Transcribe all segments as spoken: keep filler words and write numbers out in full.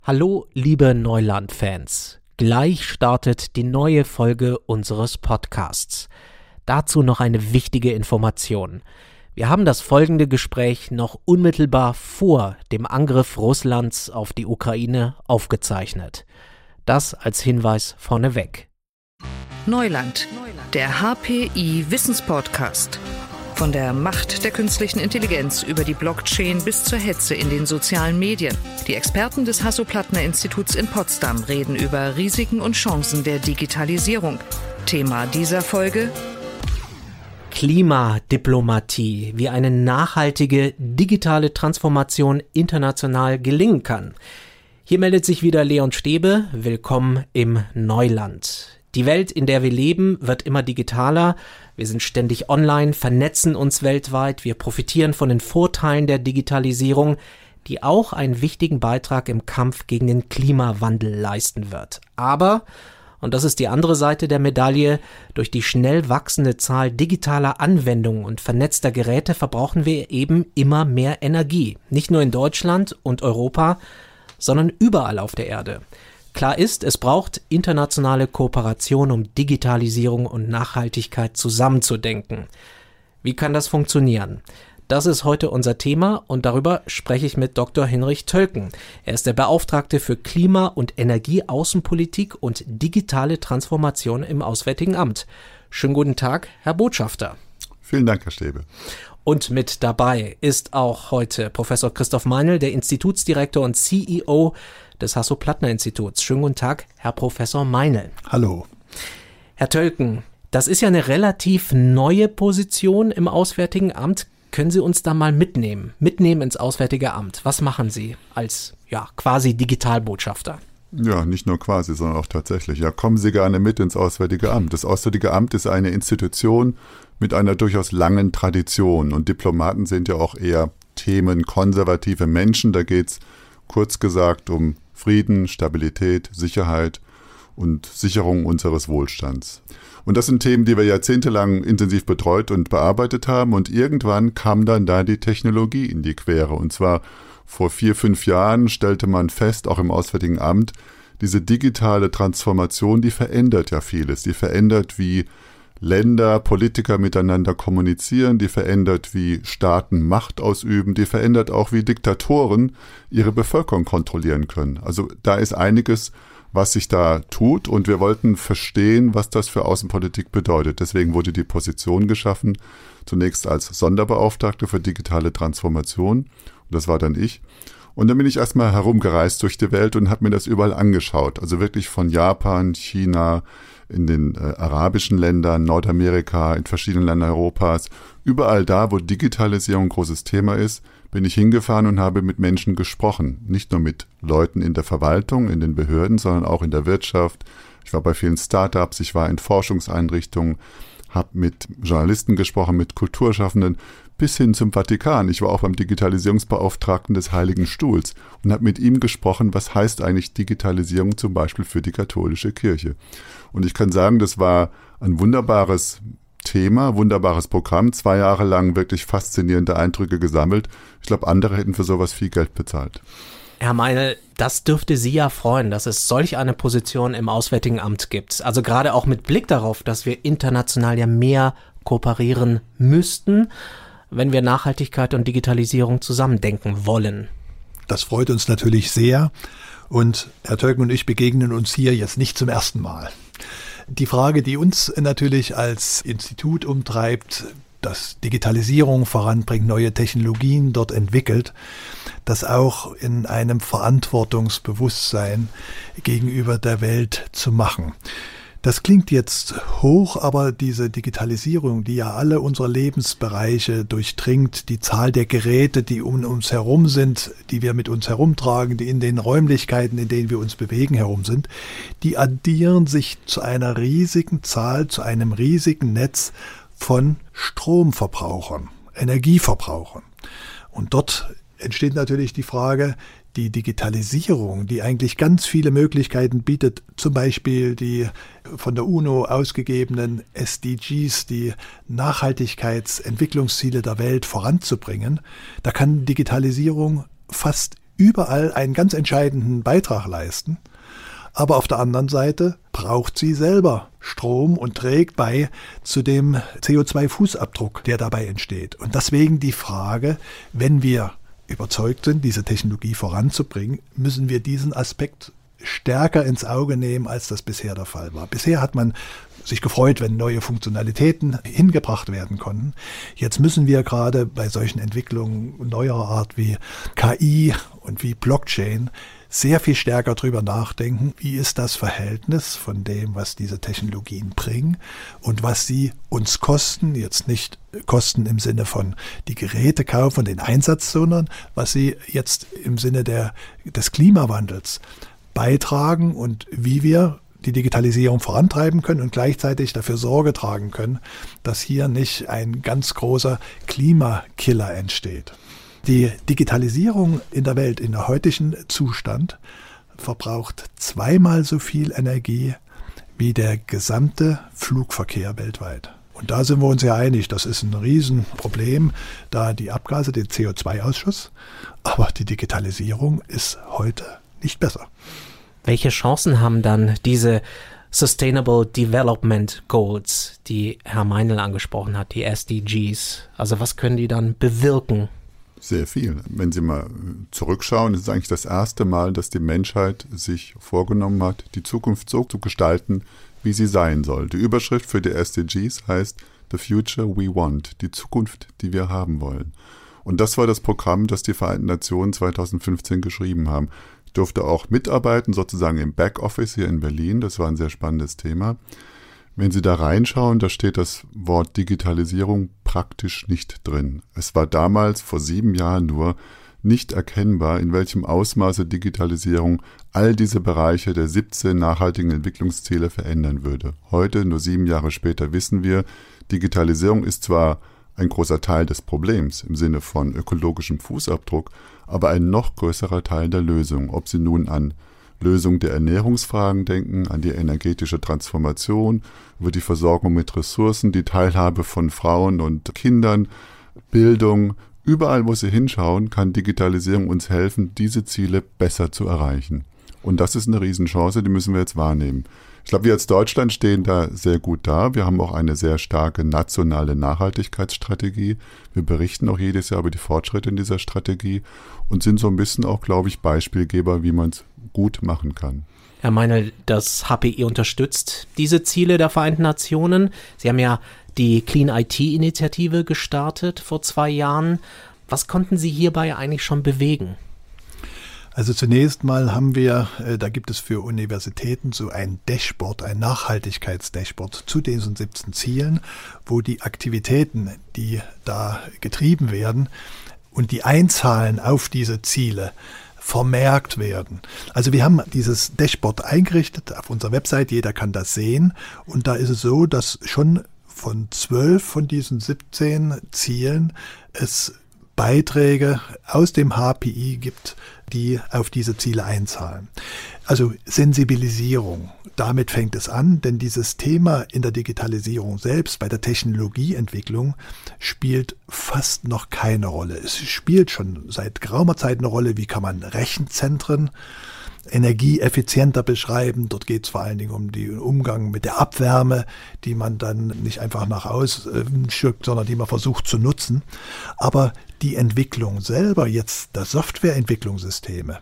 Hallo, liebe Neuland-Fans. Gleich startet die neue Folge unseres Podcasts. Dazu noch eine wichtige Information. Wir haben das folgende Gespräch noch unmittelbar vor dem Angriff Russlands auf die Ukraine aufgezeichnet. Das als Hinweis vorneweg. Neuland, der H P I-Wissenspodcast. Von der Macht der künstlichen Intelligenz über die Blockchain bis zur Hetze in den sozialen Medien. Die Experten des Hasso-Plattner-Instituts in Potsdam reden über Risiken und Chancen der Digitalisierung. Thema dieser Folge: Klimadiplomatie, wie eine nachhaltige digitale Transformation international gelingen kann. Hier meldet sich wieder Leon Stäbe. Willkommen im Neuland. Die Welt, in der wir leben, wird immer digitaler. Wir sind ständig online, vernetzen uns weltweit. Wir profitieren von den Vorteilen der Digitalisierung, die auch einen wichtigen Beitrag im Kampf gegen den Klimawandel leisten wird. Aber, und das ist die andere Seite der Medaille, durch die schnell wachsende Zahl digitaler Anwendungen und vernetzter Geräte verbrauchen wir eben immer mehr Energie. Nicht nur in Deutschland und Europa, sondern überall auf der Erde. Klar ist, es braucht internationale Kooperation, um Digitalisierung und Nachhaltigkeit zusammenzudenken. Wie kann das funktionieren? Das ist heute unser Thema und darüber spreche ich mit Doktor Hinrich Tölken. Er ist der Beauftragte für Klima- und Energieaußenpolitik und digitale Transformation im Auswärtigen Amt. Schönen guten Tag, Herr Botschafter. Vielen Dank, Herr Stäbe. Und mit dabei ist auch heute Professor Christoph Meinl, der Institutsdirektor und C E O des Hasso-Plattner-Instituts. Schönen guten Tag, Herr Professor Meinl. Hallo. Herr Tölken, das ist ja eine relativ neue Position im Auswärtigen Amt. Können Sie uns da mal mitnehmen, mitnehmen ins Auswärtige Amt? Was machen Sie als ja quasi Digitalbotschafter? Ja, nicht nur quasi, sondern auch tatsächlich. Ja, kommen Sie gerne mit ins Auswärtige Amt. Das Auswärtige Amt ist eine Institution mit einer durchaus langen Tradition. Und Diplomaten sind ja auch eher themenkonservative Menschen. Da geht es kurz gesagt um Frieden, Stabilität, Sicherheit und Sicherung unseres Wohlstands. Und das sind Themen, die wir jahrzehntelang intensiv betreut und bearbeitet haben. Und irgendwann kam dann da die Technologie in die Quere. Und zwar vor vier, fünf Jahren stellte man fest, auch im Auswärtigen Amt, diese digitale Transformation, die verändert ja vieles. Die verändert, wie Länder, Politiker miteinander kommunizieren, die verändert, wie Staaten Macht ausüben, die verändert auch, wie Diktatoren ihre Bevölkerung kontrollieren können. Also da ist einiges, was sich da tut, und wir wollten verstehen, was das für Außenpolitik bedeutet. Deswegen wurde die Position geschaffen, zunächst als Sonderbeauftragte für digitale Transformation, und das war dann ich. Und dann bin ich erstmal herumgereist durch die Welt und habe mir das überall angeschaut. Also wirklich von Japan, China, in den äh, arabischen Ländern, Nordamerika, in verschiedenen Ländern Europas. Überall da, wo Digitalisierung ein großes Thema ist, bin ich hingefahren und habe mit Menschen gesprochen. Nicht nur mit Leuten in der Verwaltung, in den Behörden, sondern auch in der Wirtschaft. Ich war bei vielen Startups, ich war in Forschungseinrichtungen, habe mit Journalisten gesprochen, mit Kulturschaffenden, bis hin zum Vatikan. Ich war auch beim Digitalisierungsbeauftragten des Heiligen Stuhls und habe mit ihm gesprochen, was heißt eigentlich Digitalisierung zum Beispiel für die katholische Kirche. Und ich kann sagen, das war ein wunderbares Thema, wunderbares Programm, zwei Jahre lang wirklich faszinierende Eindrücke gesammelt. Ich glaube, andere hätten für sowas viel Geld bezahlt. Herr Meinl, das dürfte Sie ja freuen, dass es solch eine Position im Auswärtigen Amt gibt. Also gerade auch mit Blick darauf, dass wir international ja mehr kooperieren müssten, wenn wir Nachhaltigkeit und Digitalisierung zusammendenken wollen. Das freut uns natürlich sehr. Und Herr Tölken und ich begegnen uns hier jetzt nicht zum ersten Mal. Die Frage, die uns natürlich als Institut umtreibt, dass Digitalisierung voranbringt, neue Technologien dort entwickelt, das auch in einem Verantwortungsbewusstsein gegenüber der Welt zu machen. Das klingt jetzt hoch, aber diese Digitalisierung, die ja alle unsere Lebensbereiche durchdringt, die Zahl der Geräte, die um uns herum sind, die wir mit uns herumtragen, die in den Räumlichkeiten, in denen wir uns bewegen, herum sind, die addieren sich zu einer riesigen Zahl, zu einem riesigen Netz von Stromverbrauchern, Energieverbrauchern. Und dort entsteht natürlich die Frage, die Digitalisierung, die eigentlich ganz viele Möglichkeiten bietet, zum Beispiel die von der UNO ausgegebenen S D Gs, die Nachhaltigkeitsentwicklungsziele der Welt voranzubringen, da kann Digitalisierung fast überall einen ganz entscheidenden Beitrag leisten. Aber auf der anderen Seite braucht sie selber Strom und trägt bei zu dem C O zwei Fußabdruck, der dabei entsteht. Und deswegen die Frage, wenn wir überzeugt sind, diese Technologie voranzubringen, müssen wir diesen Aspekt stärker ins Auge nehmen, als das bisher der Fall war. Bisher hat man sich gefreut, wenn neue Funktionalitäten hingebracht werden konnten. Jetzt müssen wir gerade bei solchen Entwicklungen neuerer Art wie K I und wie Blockchain sehr viel stärker drüber nachdenken, wie ist das Verhältnis von dem, was diese Technologien bringen und was sie uns kosten, jetzt nicht Kosten im Sinne von die Geräte kaufen und den Einsatz, sondern was sie jetzt im Sinne der, des Klimawandels beitragen und wie wir die Digitalisierung vorantreiben können und gleichzeitig dafür Sorge tragen können, dass hier nicht ein ganz großer Klimakiller entsteht. Die Digitalisierung in der Welt, in der heutigen Zustand, verbraucht zweimal so viel Energie wie der gesamte Flugverkehr weltweit. Und da sind wir uns ja einig, das ist ein Riesenproblem, da die Abgase, den C O zwei Ausschuss, aber die Digitalisierung ist heute nicht besser. Welche Chancen haben dann diese Sustainable Development Goals, die Herr Meinl angesprochen hat, die S D Gs? Also was können die dann bewirken? Sehr viel. Wenn Sie mal zurückschauen, ist es eigentlich das erste Mal, dass die Menschheit sich vorgenommen hat, die Zukunft so zu gestalten, wie sie sein soll. Die Überschrift für die S D Gs heißt The Future We Want, die Zukunft, die wir haben wollen. Und das war das Programm, das die Vereinten Nationen zweitausendfünfzehn geschrieben haben. Ich durfte auch mitarbeiten, sozusagen im Backoffice hier in Berlin. Das war ein sehr spannendes Thema. Wenn Sie da reinschauen, da steht das Wort Digitalisierung praktisch nicht drin. Es war damals, vor sieben Jahren nur, nicht erkennbar, in welchem Ausmaße Digitalisierung all diese Bereiche der siebzehn nachhaltigen Entwicklungsziele verändern würde. Heute, nur sieben Jahre später, wissen wir, Digitalisierung ist zwar ein großer Teil des Problems im Sinne von ökologischem Fußabdruck, aber ein noch größerer Teil der Lösung. Ob Sie nun an Lösung der Ernährungsfragen denken, an die energetische Transformation, über die Versorgung mit Ressourcen, die Teilhabe von Frauen und Kindern, Bildung. Überall, wo Sie hinschauen, kann Digitalisierung uns helfen, diese Ziele besser zu erreichen. Und das ist eine Riesenchance, die müssen wir jetzt wahrnehmen. Ich glaube, wir als Deutschland stehen da sehr gut da. Wir haben auch eine sehr starke nationale Nachhaltigkeitsstrategie. Wir berichten auch jedes Jahr über die Fortschritte in dieser Strategie und sind so ein bisschen auch, glaube ich, Beispielgeber, wie man es gut machen kann. Herr Meinl, das H P I unterstützt diese Ziele der Vereinten Nationen. Sie haben ja die Clean I T-Initiative gestartet vor zwei Jahren. Was konnten Sie hierbei eigentlich schon bewegen? Also zunächst mal haben wir, da gibt es für Universitäten so ein Dashboard, ein Nachhaltigkeitsdashboard zu diesen siebzehn Zielen, wo die Aktivitäten, die da getrieben werden und die einzahlen auf diese Ziele, vermerkt werden. Also wir haben dieses Dashboard eingerichtet auf unserer Website, jeder kann das sehen und da ist es so, dass schon von zwölf von diesen siebzehn Zielen es Beiträge aus dem H P I gibt, die auf diese Ziele einzahlen. Also Sensibilisierung, damit fängt es an, denn dieses Thema in der Digitalisierung selbst, bei der Technologieentwicklung, spielt fast noch keine Rolle. Es spielt schon seit geraumer Zeit eine Rolle, wie kann man Rechenzentren energieeffizienter beschreiben. Dort geht es vor allen Dingen um den Umgang mit der Abwärme, die man dann nicht einfach nach außen schickt, sondern die man versucht zu nutzen. Aber die Entwicklung selber, jetzt der Softwareentwicklungssysteme,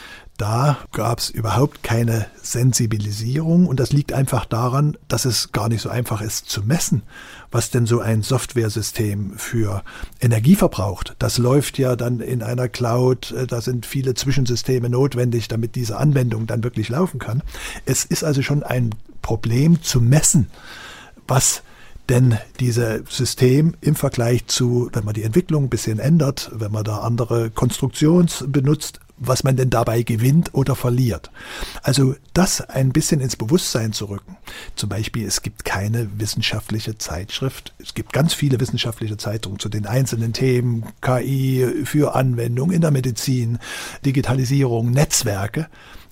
da gab es überhaupt keine Sensibilisierung und das liegt einfach daran, dass es gar nicht so einfach ist zu messen, was denn so ein Softwaresystem für Energie verbraucht. Das läuft ja dann in einer Cloud, da sind viele Zwischensysteme notwendig, damit diese Anwendung dann wirklich laufen kann. Es ist also schon ein Problem zu messen, was denn dieses System im Vergleich zu, wenn man die Entwicklung ein bisschen ändert, wenn man da andere Konstruktions benutzt, was man denn dabei gewinnt oder verliert. Also das ein bisschen ins Bewusstsein zu rücken. Zum Beispiel, es gibt keine wissenschaftliche Zeitschrift. Es gibt ganz viele wissenschaftliche Zeitungen zu den einzelnen Themen, K I für Anwendung in der Medizin, Digitalisierung, Netzwerke.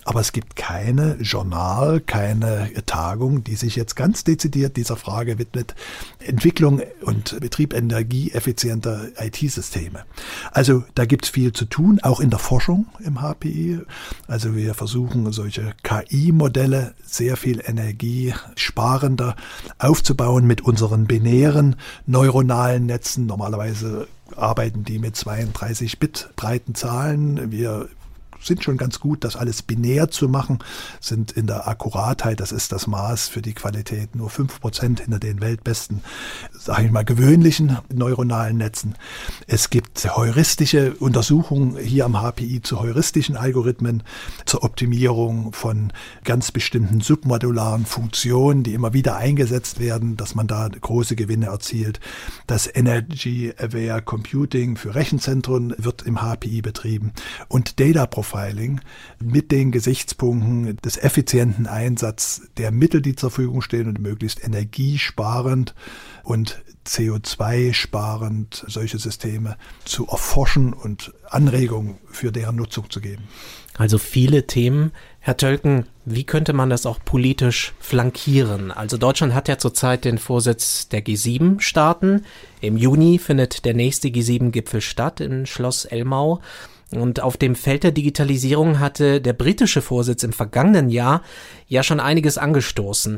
Aber es gibt keine Journal, keine Tagung, die sich jetzt ganz dezidiert dieser Frage widmet, Entwicklung und Betrieb energieeffizienter I T-Systeme. Also da gibt es viel zu tun, auch in der Forschung im H P I. Also wir versuchen solche K I-Modelle sehr viel energiesparender aufzubauen mit unseren binären neuronalen Netzen. Normalerweise arbeiten die mit zweiunddreißig Bit breiten Zahlen. Wir sind schon ganz gut, das alles binär zu machen, sind in der Akkuratheit, das ist das Maß für die Qualität, nur fünf Prozent hinter den weltbesten, sage ich mal, gewöhnlichen neuronalen Netzen. Es gibt heuristische Untersuchungen hier am H P I zu heuristischen Algorithmen, zur Optimierung von ganz bestimmten submodularen Funktionen, die immer wieder eingesetzt werden, dass man da große Gewinne erzielt. Das Energy Aware Computing für Rechenzentren wird im H P I betrieben und Data Profiling mit den Gesichtspunkten des effizienten Einsatzes der Mittel, die zur Verfügung stehen und möglichst energiesparend und C O zwei sparend solche Systeme zu erforschen und Anregungen für deren Nutzung zu geben. Also viele Themen. Herr Tölken, wie könnte man das auch politisch flankieren? Also Deutschland hat ja zurzeit den Vorsitz der G sieben Staaten. Im Juni findet der nächste G sieben Gipfel statt in Schloss Elmau. Und auf dem Feld der Digitalisierung hatte der britische Vorsitz im vergangenen Jahr ja schon einiges angestoßen.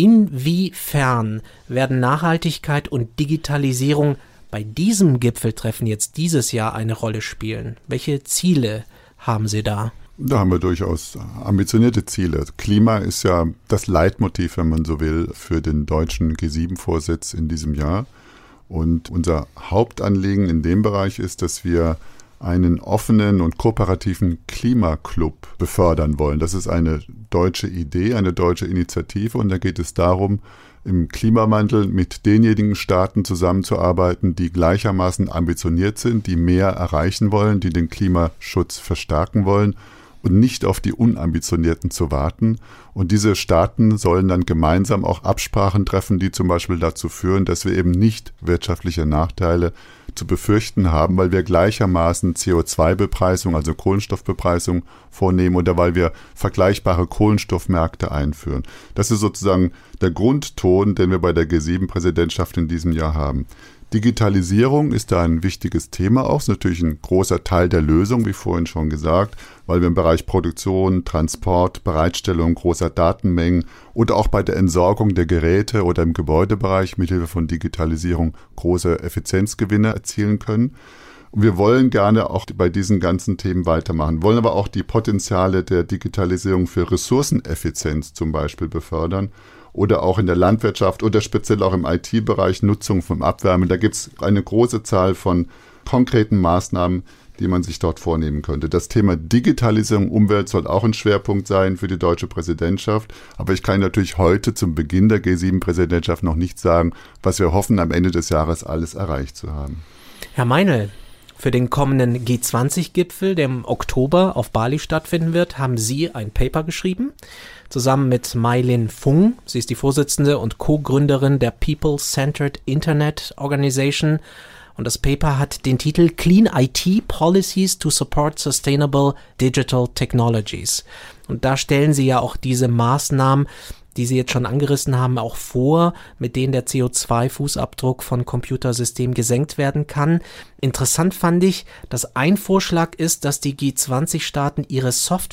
Inwiefern werden Nachhaltigkeit und Digitalisierung bei diesem Gipfeltreffen jetzt dieses Jahr eine Rolle spielen? Welche Ziele haben Sie da? Da haben wir durchaus ambitionierte Ziele. Klima ist ja das Leitmotiv, wenn man so will, für den deutschen G sieben Vorsitz in diesem Jahr. Und unser Hauptanliegen in dem Bereich ist, dass wir einen offenen und kooperativen Klimaclub befördern wollen. Das ist eine deutsche Idee, eine deutsche Initiative und da geht es darum, im Klimawandel mit denjenigen Staaten zusammenzuarbeiten, die gleichermaßen ambitioniert sind, die mehr erreichen wollen, die den Klimaschutz verstärken wollen und nicht auf die Unambitionierten zu warten. Und diese Staaten sollen dann gemeinsam auch Absprachen treffen, die zum Beispiel dazu führen, dass wir eben nicht wirtschaftliche Nachteile zu befürchten haben, weil wir gleichermaßen C O zwei Bepreisung, also Kohlenstoffbepreisung vornehmen oder weil wir vergleichbare Kohlenstoffmärkte einführen. Das ist sozusagen der Grundton, den wir bei der G sieben Präsidentschaft in diesem Jahr haben. Digitalisierung ist da ein wichtiges Thema auch, ist natürlich ein großer Teil der Lösung, wie vorhin schon gesagt, weil wir im Bereich Produktion, Transport, Bereitstellung großer Datenmengen oder auch bei der Entsorgung der Geräte oder im Gebäudebereich mithilfe von Digitalisierung große Effizienzgewinne erzielen können. Und wir wollen gerne auch bei diesen ganzen Themen weitermachen, wollen aber auch die Potenziale der Digitalisierung für Ressourceneffizienz zum Beispiel befördern. Oder auch in der Landwirtschaft oder speziell auch im I T-Bereich Nutzung von Abwärme. Da gibt es eine große Zahl von konkreten Maßnahmen, die man sich dort vornehmen könnte. Das Thema Digitalisierung, Umwelt soll auch ein Schwerpunkt sein für die deutsche Präsidentschaft. Aber ich kann natürlich heute zum Beginn der G sieben Präsidentschaft noch nicht sagen, was wir hoffen, am Ende des Jahres alles erreicht zu haben. Herr Meinl, für den kommenden G zwanzig Gipfel, der im Oktober auf Bali stattfinden wird, haben Sie ein Paper geschrieben, zusammen mit Mai-Lin Fung. Sie ist die Vorsitzende und Co-Gründerin der People-Centered Internet Organization. Und das Paper hat den Titel Clean I T Policies to Support Sustainable Digital Technologies. Und da stellen Sie ja auch diese Maßnahmen, die Sie jetzt schon angerissen haben, auch vor, mit denen der C O zwei Fußabdruck von Computersystemen gesenkt werden kann. Interessant fand ich, dass ein Vorschlag ist, dass die G zwanzig Staaten ihre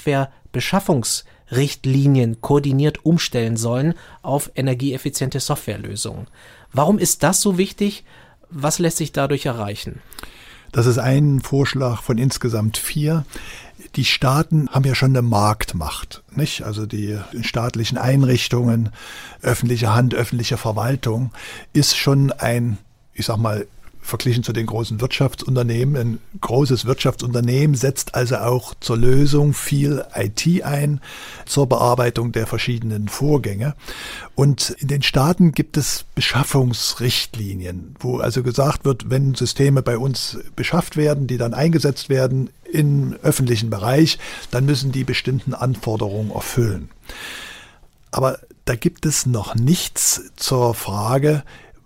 Software-Beschaffungsrichtlinien koordiniert umstellen sollen auf energieeffiziente Softwarelösungen. Warum ist das so wichtig? Was lässt sich dadurch erreichen? Das ist ein Vorschlag von insgesamt vier. Die Staaten haben ja schon eine Marktmacht, nicht? Also die staatlichen Einrichtungen, öffentliche Hand, öffentliche Verwaltung ist schon ein, ich sag mal, verglichen zu den großen Wirtschaftsunternehmen, ein großes Wirtschaftsunternehmen setzt also auch zur Lösung viel I T ein, zur Bearbeitung der verschiedenen Vorgänge. Und in den Staaten gibt es Beschaffungsrichtlinien, wo also gesagt wird, wenn Systeme bei uns beschafft werden, die dann eingesetzt werden im öffentlichen Bereich, dann müssen die bestimmten Anforderungen erfüllen. Aber da gibt es noch nichts zur Frage,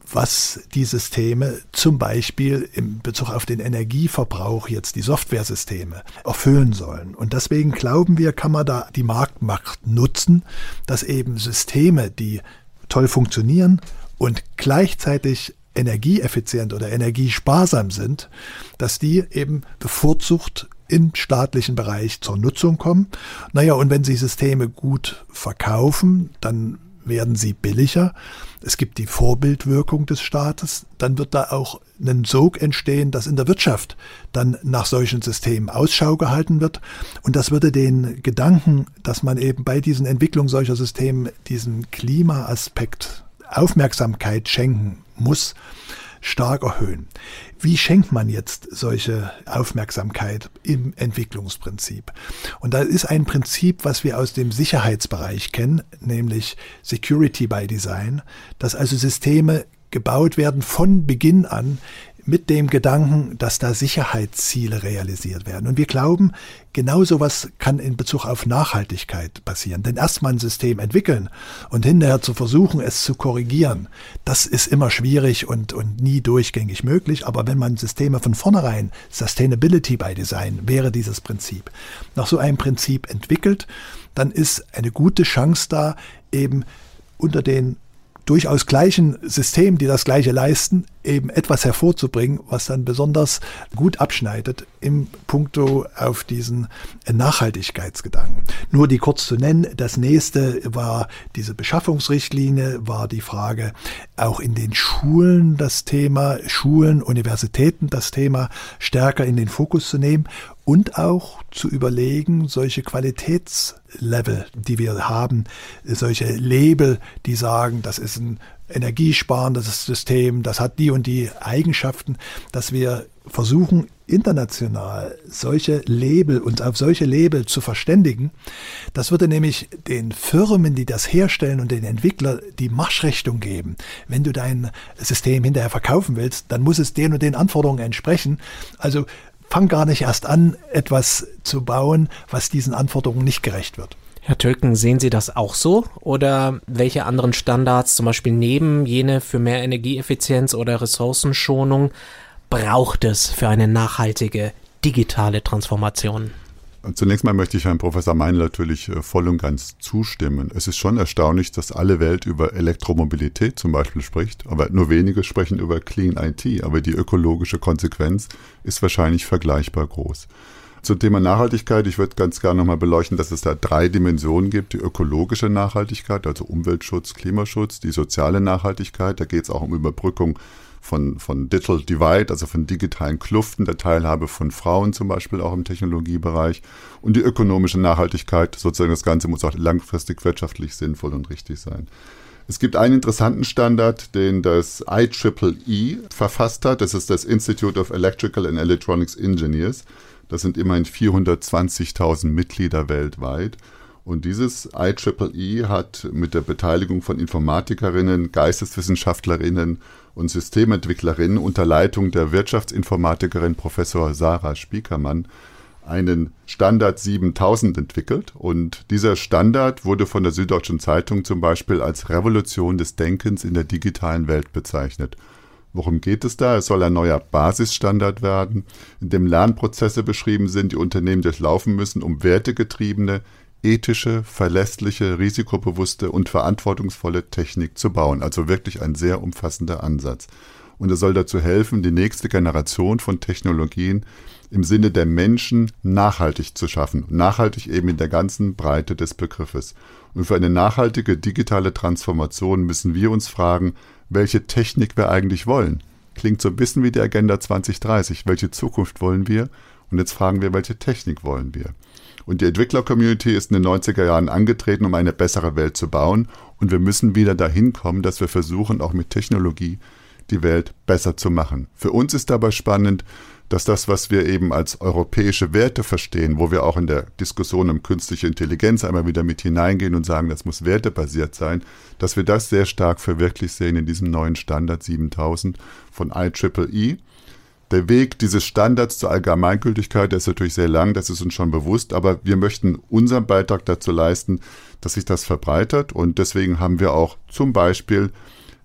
was die Systeme zum Beispiel in Bezug auf den Energieverbrauch, jetzt die Softwaresysteme, erfüllen sollen. Und deswegen glauben wir, kann man da die Marktmacht nutzen, dass eben Systeme, die toll funktionieren und gleichzeitig energieeffizient oder energiesparsam sind, dass die eben bevorzugt im staatlichen Bereich zur Nutzung kommen. Naja, und wenn sich Systeme gut verkaufen, dann werden sie billiger. Es gibt die Vorbildwirkung des Staates. Dann wird da auch ein Sog entstehen, dass in der Wirtschaft dann nach solchen Systemen Ausschau gehalten wird. Und das würde den Gedanken, dass man eben bei diesen Entwicklungen solcher Systeme diesen Klimaaspekt Aufmerksamkeit schenken muss, stark erhöhen. Wie schenkt man jetzt solche Aufmerksamkeit im Entwicklungsprinzip? Und da ist ein Prinzip, was wir aus dem Sicherheitsbereich kennen, nämlich Security by Design, dass also Systeme gebaut werden von Beginn an mit dem Gedanken, dass da Sicherheitsziele realisiert werden. Und wir glauben, genau sowas kann in Bezug auf Nachhaltigkeit passieren. Denn erstmal ein System entwickeln und hinterher zu versuchen, es zu korrigieren, das ist immer schwierig und, und nie durchgängig möglich. Aber wenn man Systeme von vornherein, Sustainability by Design wäre dieses Prinzip, nach so einem Prinzip entwickelt, dann ist eine gute Chance da, eben unter den durchaus gleichen Systemen, die das Gleiche leisten, eben etwas hervorzubringen, was dann besonders gut abschneidet im Punkto auf diesen Nachhaltigkeitsgedanken. Nur die kurz zu nennen, das nächste war diese Beschaffungsrichtlinie, war die Frage, auch in den Schulen das Thema, Schulen, Universitäten das Thema stärker in den Fokus zu nehmen und auch zu überlegen, solche Qualitätslevel, die wir haben, solche Label, die sagen, das ist ein energiesparendes System, das hat die und die Eigenschaften, dass wir versuchen, international solche Label, uns auf solche Label zu verständigen. Das würde nämlich den Firmen, die das herstellen und den Entwicklern die Marschrichtung geben. Wenn du dein System hinterher verkaufen willst, dann muss es den und den Anforderungen entsprechen. Also fang gar nicht erst an, etwas zu bauen, was diesen Anforderungen nicht gerecht wird. Herr Tölken, sehen Sie das auch so? Oder welche anderen Standards, zum Beispiel neben jene für mehr Energieeffizienz oder Ressourcenschonung, braucht es für eine nachhaltige digitale Transformation? Zunächst mal möchte ich Herrn Professor Meinl natürlich voll und ganz zustimmen. Es ist schon erstaunlich, dass alle Welt über Elektromobilität zum Beispiel spricht, aber nur wenige sprechen über Clean I T. Aber die ökologische Konsequenz ist wahrscheinlich vergleichbar groß. Zum Thema Nachhaltigkeit, ich würde ganz gerne nochmal beleuchten, dass es da drei Dimensionen gibt. Die ökologische Nachhaltigkeit, also Umweltschutz, Klimaschutz, die soziale Nachhaltigkeit, da geht es auch um Überbrückung von, von Digital Divide, also von digitalen Kluften, der Teilhabe von Frauen zum Beispiel auch im Technologiebereich, und die ökonomische Nachhaltigkeit, sozusagen das Ganze muss auch langfristig wirtschaftlich sinnvoll und richtig sein. Es gibt einen interessanten Standard, den das I E E E verfasst hat, das ist das Institute of Electrical and Electronics Engineers. Das sind immerhin vierhundertzwanzigtausend Mitglieder weltweit. Und dieses I E E E hat mit der Beteiligung von Informatikerinnen, Geisteswissenschaftlerinnen und Systementwicklerinnen unter Leitung der Wirtschaftsinformatikerin Professor Sarah Spiekermann einen Standard siebentausend entwickelt. Und dieser Standard wurde von der Süddeutschen Zeitung zum Beispiel als Revolution des Denkens in der digitalen Welt bezeichnet. Worum geht es da? Es soll ein neuer Basisstandard werden, in dem Lernprozesse beschrieben sind, die Unternehmen durchlaufen müssen, um wertegetriebene, ethische, verlässliche, risikobewusste und verantwortungsvolle Technik zu bauen. Also wirklich ein sehr umfassender Ansatz. Und er soll dazu helfen, die nächste Generation von Technologien im Sinne der Menschen nachhaltig zu schaffen. Nachhaltig eben in der ganzen Breite des Begriffes. Und für eine nachhaltige digitale Transformation müssen wir uns fragen, welche Technik wir eigentlich wollen. Klingt so ein bisschen wie die Agenda zwanzig dreißig. Welche Zukunft wollen wir? Und jetzt fragen wir, welche Technik wollen wir? Und die Entwickler-Community ist in den neunziger Jahren angetreten, um eine bessere Welt zu bauen. Und wir müssen wieder dahin kommen, dass wir versuchen, auch mit Technologie die Welt besser zu machen. Für uns ist dabei spannend, dass das, was wir eben als europäische Werte verstehen, wo wir auch in der Diskussion um künstliche Intelligenz einmal wieder mit hineingehen und sagen, das muss wertebasiert sein, dass wir das sehr stark verwirklicht sehen in diesem neuen Standard siebentausend von I E E E. Der Weg dieses Standards zur Allgemeingültigkeit, der ist natürlich sehr lang, das ist uns schon bewusst, aber wir möchten unseren Beitrag dazu leisten, dass sich das verbreitert, und deswegen haben wir auch zum Beispiel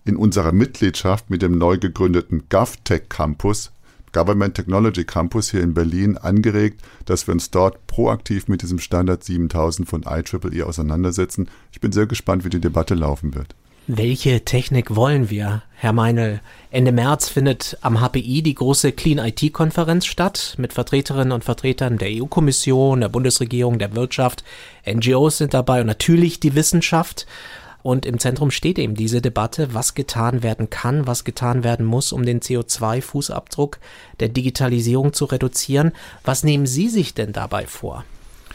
in unserer Mitgliedschaft mit dem neu gegründeten GovTech Campus, Government Technology Campus hier in Berlin, angeregt, dass wir uns dort proaktiv mit diesem Standard siebentausend von I E E E auseinandersetzen. Ich bin sehr gespannt, wie die Debatte laufen wird. Welche Technik wollen wir, Herr Meinl? Ende März findet am H P I die große Clean I T-Konferenz statt mit Vertreterinnen und Vertretern der E U-Kommission, der Bundesregierung, der Wirtschaft. N G Os sind dabei und natürlich die Wissenschaft. Und im Zentrum steht eben diese Debatte, was getan werden kann, was getan werden muss, um den C O zwei Fußabdruck der Digitalisierung zu reduzieren. Was nehmen Sie sich denn dabei vor?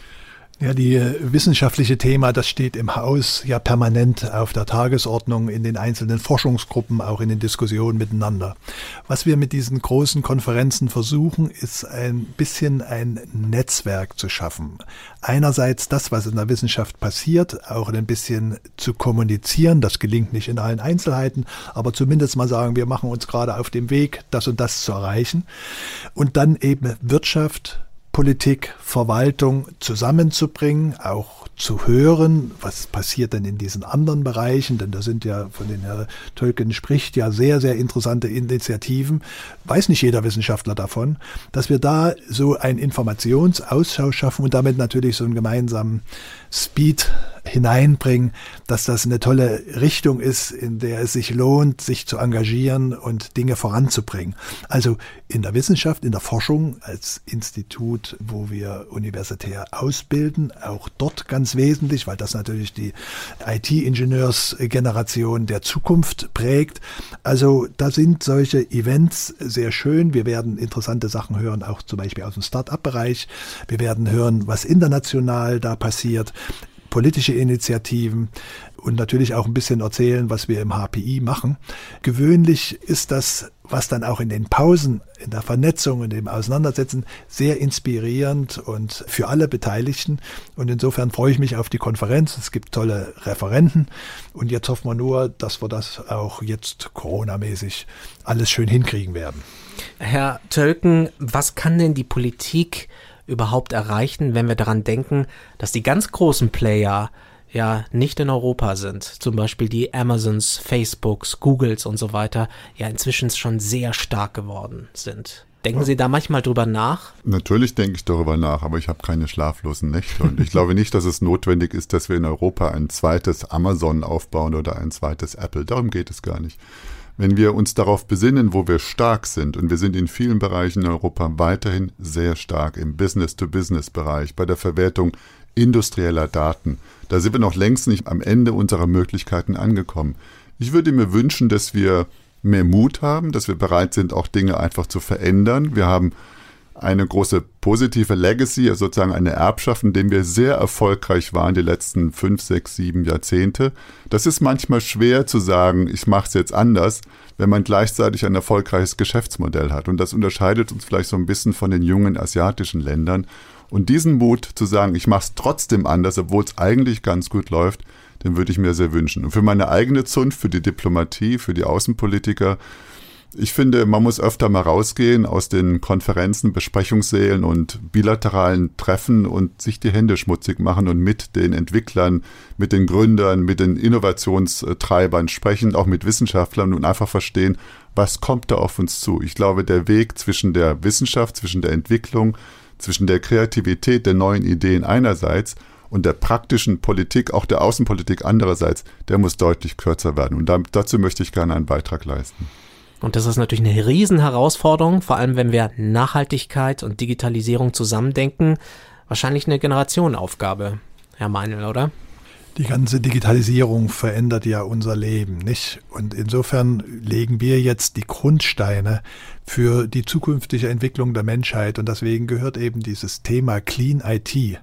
Ja, die wissenschaftliche Thema, das steht im Haus ja permanent auf der Tagesordnung, in den einzelnen Forschungsgruppen, auch in den Diskussionen miteinander. Was wir mit diesen großen Konferenzen versuchen, ist ein bisschen ein Netzwerk zu schaffen. Einerseits das, was in der Wissenschaft passiert, auch ein bisschen zu kommunizieren. Das gelingt nicht in allen Einzelheiten, aber zumindest mal sagen, wir machen uns gerade auf dem Weg, das und das zu erreichen. Und dann eben Wirtschaft, Politik, Verwaltung zusammenzubringen, auch zu hören, was passiert denn in diesen anderen Bereichen, denn da sind ja, von denen Herr Tölken spricht, ja sehr, sehr interessante Initiativen, weiß nicht jeder Wissenschaftler davon, dass wir da so einen Informationsaustausch schaffen und damit natürlich so einen gemeinsamen Speed hineinbringen, dass das eine tolle Richtung ist, in der es sich lohnt, sich zu engagieren und Dinge voranzubringen. Also in der Wissenschaft, in der Forschung als Institut, wo wir universitär ausbilden, auch dort ganz wesentlich, weil das natürlich die I T-Ingenieursgeneration der Zukunft prägt. Also da sind solche Events sehr schön. Wir werden interessante Sachen hören, auch zum Beispiel aus dem Start-up-Bereich. Wir werden hören, was international da passiert, politische Initiativen und natürlich auch ein bisschen erzählen, was wir im H P I machen. Gewöhnlich ist das, was dann auch in den Pausen, in der Vernetzung und im Auseinandersetzen sehr inspirierend und für alle Beteiligten. Und insofern freue ich mich auf die Konferenz. Es gibt tolle Referenten und jetzt hoffen wir nur, dass wir das auch jetzt coronamäßig alles schön hinkriegen werden. Herr Tölken, was kann denn die Politik überhaupt erreichen, wenn wir daran denken, dass die ganz großen Player ja nicht in Europa sind, zum Beispiel die Amazons, Facebooks, Googles und so weiter, ja inzwischen schon sehr stark geworden sind. Denken Sie da manchmal drüber nach? Natürlich denke ich darüber nach, aber ich habe keine schlaflosen Nächte. Und ich glaube nicht, dass es notwendig ist, dass wir in Europa ein zweites Amazon aufbauen oder ein zweites Apple. Darum geht es gar nicht. Wenn wir uns darauf besinnen, wo wir stark sind, und wir sind in vielen Bereichen in Europa weiterhin sehr stark im Business-to-Business-Bereich, bei der Verwertung industrieller Daten, da sind wir noch längst nicht am Ende unserer Möglichkeiten angekommen. Ich würde mir wünschen, dass wir mehr Mut haben, dass wir bereit sind, auch Dinge einfach zu verändern. Wir haben eine große positive Legacy, also sozusagen eine Erbschaft, in dem wir sehr erfolgreich waren die letzten fünf, sechs, sieben Jahrzehnte. Das ist manchmal schwer zu sagen, ich mache es jetzt anders, wenn man gleichzeitig ein erfolgreiches Geschäftsmodell hat. Und das unterscheidet uns vielleicht so ein bisschen von den jungen asiatischen Ländern. Und diesen Mut zu sagen, ich mache es trotzdem anders, obwohl es eigentlich ganz gut läuft, den würde ich mir sehr wünschen. Und für meine eigene Zunft, für die Diplomatie, für die Außenpolitiker, ich finde, man muss öfter mal rausgehen aus den Konferenzen, Besprechungssälen und bilateralen Treffen und sich die Hände schmutzig machen und mit den Entwicklern, mit den Gründern, mit den Innovationstreibern sprechen, auch mit Wissenschaftlern und einfach verstehen, was kommt da auf uns zu. Ich glaube, der Weg zwischen der Wissenschaft, zwischen der Entwicklung, zwischen der Kreativität der neuen Ideen einerseits und der praktischen Politik, auch der Außenpolitik andererseits, der muss deutlich kürzer werden. Und dazu möchte ich gerne einen Beitrag leisten. Und das ist natürlich eine Riesenherausforderung, vor allem wenn wir Nachhaltigkeit und Digitalisierung zusammendenken. Wahrscheinlich eine Generationenaufgabe, Herr Meinl, oder? Die ganze Digitalisierung verändert ja unser Leben, nicht? Und insofern legen wir jetzt die Grundsteine für die zukünftige Entwicklung der Menschheit. Und deswegen gehört eben dieses Thema Clean I T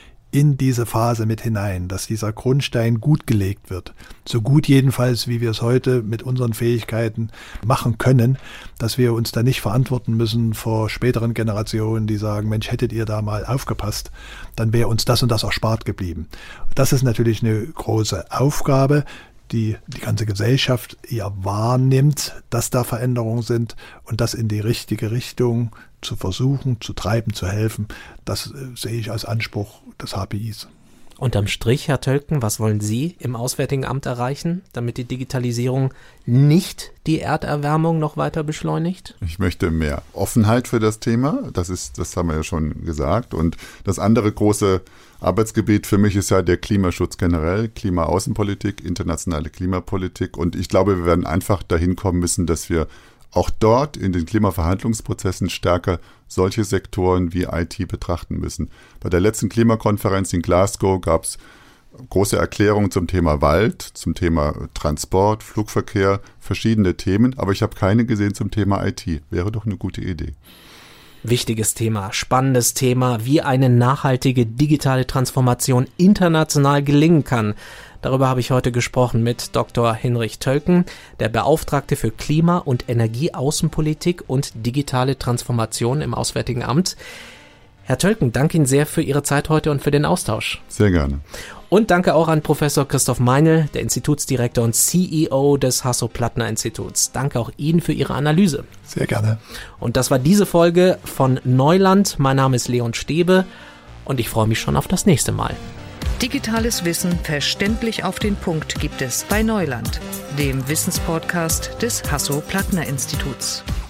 in diese Phase mit hinein, dass dieser Grundstein gut gelegt wird. So gut jedenfalls, wie wir es heute mit unseren Fähigkeiten machen können, dass wir uns da nicht verantworten müssen vor späteren Generationen, die sagen, Mensch, hättet ihr da mal aufgepasst, dann wäre uns das und das erspart geblieben. Das ist natürlich eine große Aufgabe, die die ganze Gesellschaft ja wahrnimmt, dass da Veränderungen sind und das in die richtige Richtung zu versuchen, zu treiben, zu helfen. Das äh, sehe ich als Anspruch des H P Is. Unterm Strich, Herr Tölken, was wollen Sie im Auswärtigen Amt erreichen, damit die Digitalisierung nicht die Erderwärmung noch weiter beschleunigt? Ich möchte mehr Offenheit für das Thema, das ist, das haben wir ja schon gesagt. Und das andere große Arbeitsgebiet für mich ist ja der Klimaschutz generell, Klimaaußenpolitik, internationale Klimapolitik. Und ich glaube, wir werden einfach dahin kommen müssen, dass wir auch dort in den Klimaverhandlungsprozessen stärker solche Sektoren wie I T betrachten müssen. Bei der letzten Klimakonferenz in Glasgow gab es große Erklärungen zum Thema Wald, zum Thema Transport, Flugverkehr, verschiedene Themen, aber ich habe keine gesehen zum Thema I T. Wäre doch eine gute Idee. Wichtiges Thema, spannendes Thema, wie eine nachhaltige digitale Transformation international gelingen kann. Darüber habe ich heute gesprochen mit Doktor Hinrich Tölken, der Beauftragte für Klima- und Energieaußenpolitik und digitale Transformation im Auswärtigen Amt. Herr Tölken, danke Ihnen sehr für Ihre Zeit heute und für den Austausch. Sehr gerne. Und danke auch an Professor Christoph Meinl, der Institutsdirektor und C E O des Hasso-Plattner-Instituts. Danke auch Ihnen für Ihre Analyse. Sehr gerne. Und das war diese Folge von Neuland. Mein Name ist Leon Stäbe und ich freue mich schon auf das nächste Mal. Digitales Wissen verständlich auf den Punkt gibt es bei Neuland, dem Wissenspodcast des Hasso-Plattner-Instituts.